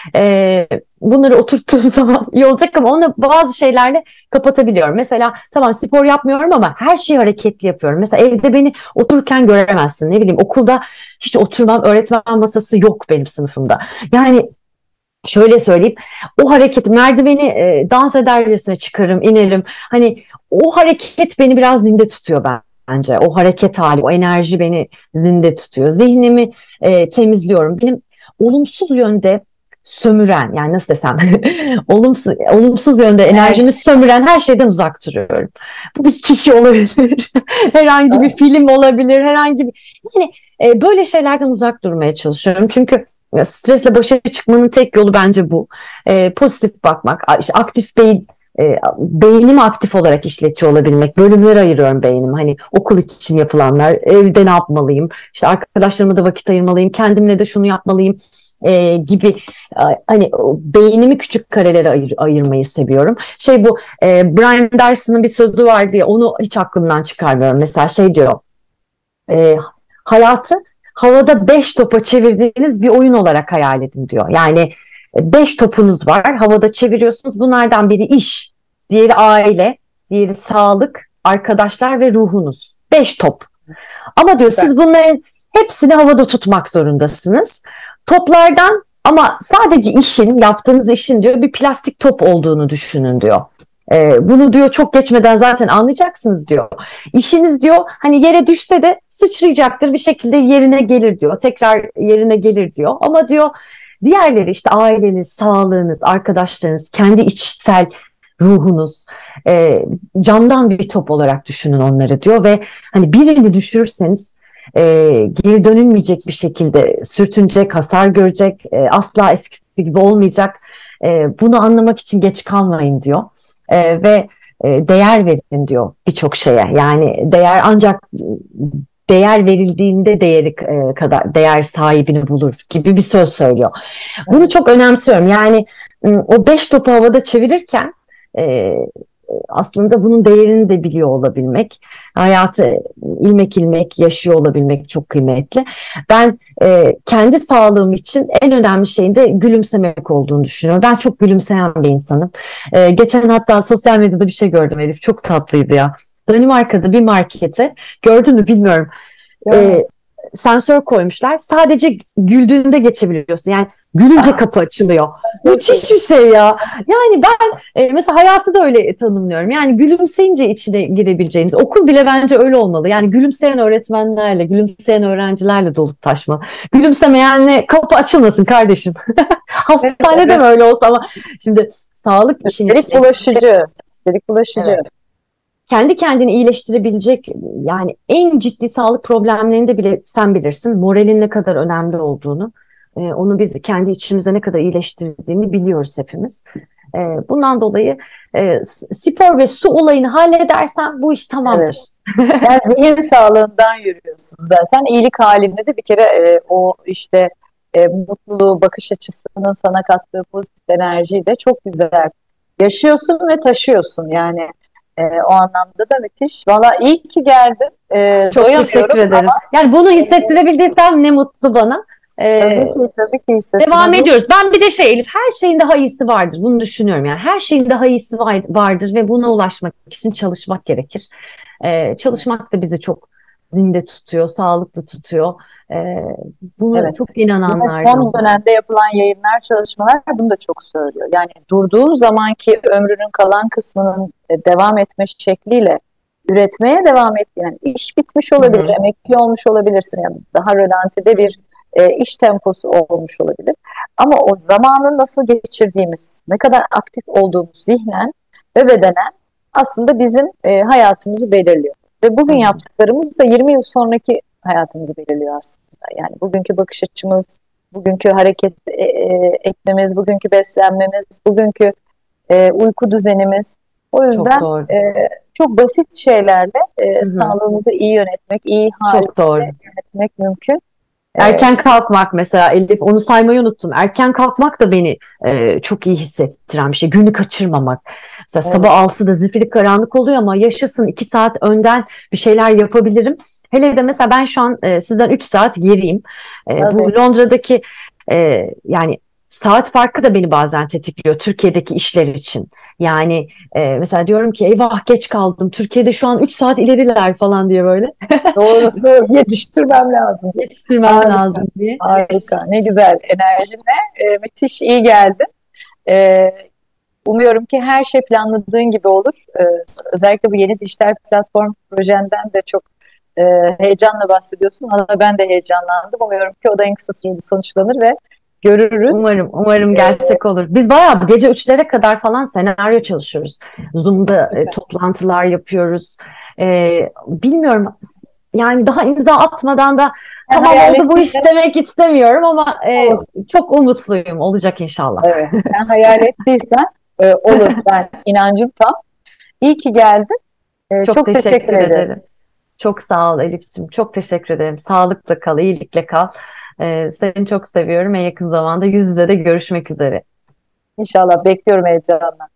Bunları oturttuğum zaman iyi olacak ama onu bazı şeylerle kapatabiliyorum. Mesela tamam, spor yapmıyorum ama her şeyi hareketli yapıyorum. Mesela evde beni otururken göremezsin. Ne bileyim, okulda hiç oturmam. Öğretmen masası yok benim sınıfımda. Yani şöyle söyleyeyim, o hareket merdiveni dans edercesine çıkarım, inerim. Hani o hareket beni biraz zinde tutuyor bence. O hareket hali, o enerji beni zinde tutuyor. Zihnimi temizliyorum. Benim olumsuz yönde sömüren, yani nasıl desem, olumsuz yönde enerjimi sömüren her şeyden uzak duruyorum. Bu bir kişi olabilir, herhangi bir film olabilir, herhangi bir... Yani böyle şeylerden uzak durmaya çalışıyorum. Çünkü stresle başa çıkmanın tek yolu bence bu. Pozitif bakmak, işte aktif beyin, beynimi aktif olarak işletiyor olabilmek. Bölümlere ayırıyorum beynimi. Hani okul için yapılanlar, evde ne yapmalıyım, işte arkadaşlarıma da vakit ayırmalıyım, kendimle de şunu yapmalıyım gibi, hani beynimi küçük karelere ayırmayı seviyorum. Bu Brian Dyson'ın bir sözü var diye onu hiç aklımdan çıkarmıyorum. Mesela diyor, hayatı havada 5 topa çevirdiğiniz bir oyun olarak hayal edin diyor. Yani 5 topunuz var, havada çeviriyorsunuz. Bunlardan biri iş, diğeri aile, diğeri sağlık, arkadaşlar ve ruhunuz. 5 top. Ama diyor siz bunların hepsini havada tutmak zorundasınız. Toplardan ama sadece yaptığınız işin diyor bir plastik top olduğunu düşünün diyor. Bunu diyor çok geçmeden zaten anlayacaksınız diyor. İşiniz diyor hani yere düşse de sıçrayacaktır, bir şekilde yerine gelir diyor. Tekrar yerine gelir diyor. Ama diyor diğerleri, işte aileniz, sağlığınız, arkadaşlarınız, kendi içsel ruhunuz, camdan bir top olarak düşünün onları diyor ve hani birini düşürürseniz geri dönülmeyecek bir şekilde sürtünecek, hasar görecek, asla eskisi gibi olmayacak. Bunu anlamak için geç kalmayın diyor. Ve değer verin diyor birçok şeye. Yani değer ancak değer verildiğinde değer sahibini bulur gibi bir söz söylüyor. Bunu çok önemsiyorum. Yani o 5 topu havada çevirirken aslında bunun değerini de biliyor olabilmek, hayatı ilmek ilmek yaşıyor olabilmek çok kıymetli. Ben kendi sağlığım için en önemli şeyin de gülümsemek olduğunu düşünüyorum. Ben çok gülümseyen bir insanım. Geçen hatta sosyal medyada bir şey gördüm Elif, çok tatlıydı ya. Danimarka'da bir markete, gördün mü bilmiyorum, sensör koymuşlar. Sadece güldüğünde geçebiliyorsun. Yani gülünce kapı açılıyor. Müthiş bir şey ya. Yani ben mesela hayatı da öyle tanımlıyorum. Yani gülümseyince içine girebileceğimiz. Okul bile bence öyle olmalı. Yani gülümseyen öğretmenlerle, gülümseyen öğrencilerle dolup taşmalı. Gülümsemeyenle kapı açılmasın kardeşim. Hastanede mi öyle olsa, ama şimdi sağlık işin Üstelik bulaşıcı. Üstelik bulaşıcı. Evet. Kendi kendini iyileştirebilecek, yani en ciddi sağlık problemlerinde bile sen bilirsin moralin ne kadar önemli olduğunu. Onu biz kendi içimizde ne kadar iyileştirdiğini biliyoruz hepimiz. Bundan dolayı spor ve su olayını halledersen bu iş tamamdır. Sen zihin sağlığından yürüyorsun zaten. İyilik halinde de bir kere o işte mutluluğu, bakış açısının sana kattığı pozitif enerjiyi de çok güzel yaşıyorsun ve taşıyorsun. Yani o anlamda da müthiş. Valla iyi ki geldin. Çok Doyamıyorum teşekkür ederim. ama Yani bunu hissettirebildiysem ne mutlu bana. tabii ki Devam hissetmez. ediyoruz. Ben bir de Elif, her şeyin daha iyisi vardır. Bunu düşünüyorum. Yani her şeyin daha iyisi vardır ve buna ulaşmak için çalışmak gerekir. Çalışmak da bizi çok zinde tutuyor, sağlıklı tutuyor. Bunu Evet. çok Yine inananlardan. son dönemde yapılan yayınlar, çalışmalar bunu da çok söylüyor. Yani durduğun zamanki ömrünün kalan kısmının devam etme şekliyle üretmeye devam et. Yani iş bitmiş Hı olabilir, hı. emekli olmuş olabilirsin. Yani daha rölantide bir iş temposu olmuş olabilir. Ama o zamanı nasıl geçirdiğimiz, ne kadar aktif olduğumuz zihnen ve bedenen aslında bizim hayatımızı belirliyor. Ve Hı bugün hı. yaptıklarımız da 20 yıl sonraki hayatımızı belirliyor aslında. Yani bugünkü bakış açımız, bugünkü hareket etmemiz, bugünkü beslenmemiz, bugünkü uyku düzenimiz. O Çok yüzden doğru. çok basit şeylerle Hı hı. sağlığımızı iyi yönetmek, iyi Çok halimizi doğru. yönetmek mümkün. E, Erken kalkmak mesela Elif, onu saymayı unuttum. Erken kalkmak da beni çok iyi hissettiren bir şey. Günü kaçırmamak. Mesela evet, sabah 6'da zifiri karanlık oluyor ama yaşasın 2 saat önden bir şeyler yapabilirim. Hele de mesela ben şu an sizden 3 saat geriyim. Bu tabii. Londra'daki yani saat farkı da beni bazen tetikliyor Türkiye'deki işler için. Yani mesela diyorum ki eyvah geç kaldım. Türkiye'de şu an 3 saat ileriler falan diye böyle Doğru, doğru. Yetiştirmem lazım. yetiştirmem Harika, lazım diye. harika. Ne güzel enerjinle. Müthiş iyi geldin. E, Umuyorum ki her şey planladığın gibi olur. Özellikle bu yeni dijital platform projenden de çok e, heyecanla bahsediyorsun. Valla ben de heyecanlandım. Umuyorum ki o da en kısa sürede sonuçlanır ve görürüz. Umarım E, gerçek olur. Biz bayağı gece 3'lere kadar falan senaryo çalışıyoruz. Zoom'da Süper. toplantılar yapıyoruz. Bilmiyorum yani daha imza atmadan da Sen tamam hayal oldu bu iş ettiysen demek istemiyorum ama olsun. çok umutluyum. Olacak inşallah. Evet. Sen hayal ettiysen olur. Ben inancım tam. İyi ki geldin. Çok Çok teşekkür teşekkür ederim. ederim. Çok sağ ol Elif'ciğim. Çok teşekkür ederim. Sağlıkla kal, iyilikle kal. Seni çok seviyorum ve yakın zamanda yüz yüze de görüşmek üzere. İnşallah bekliyorum heyecanla.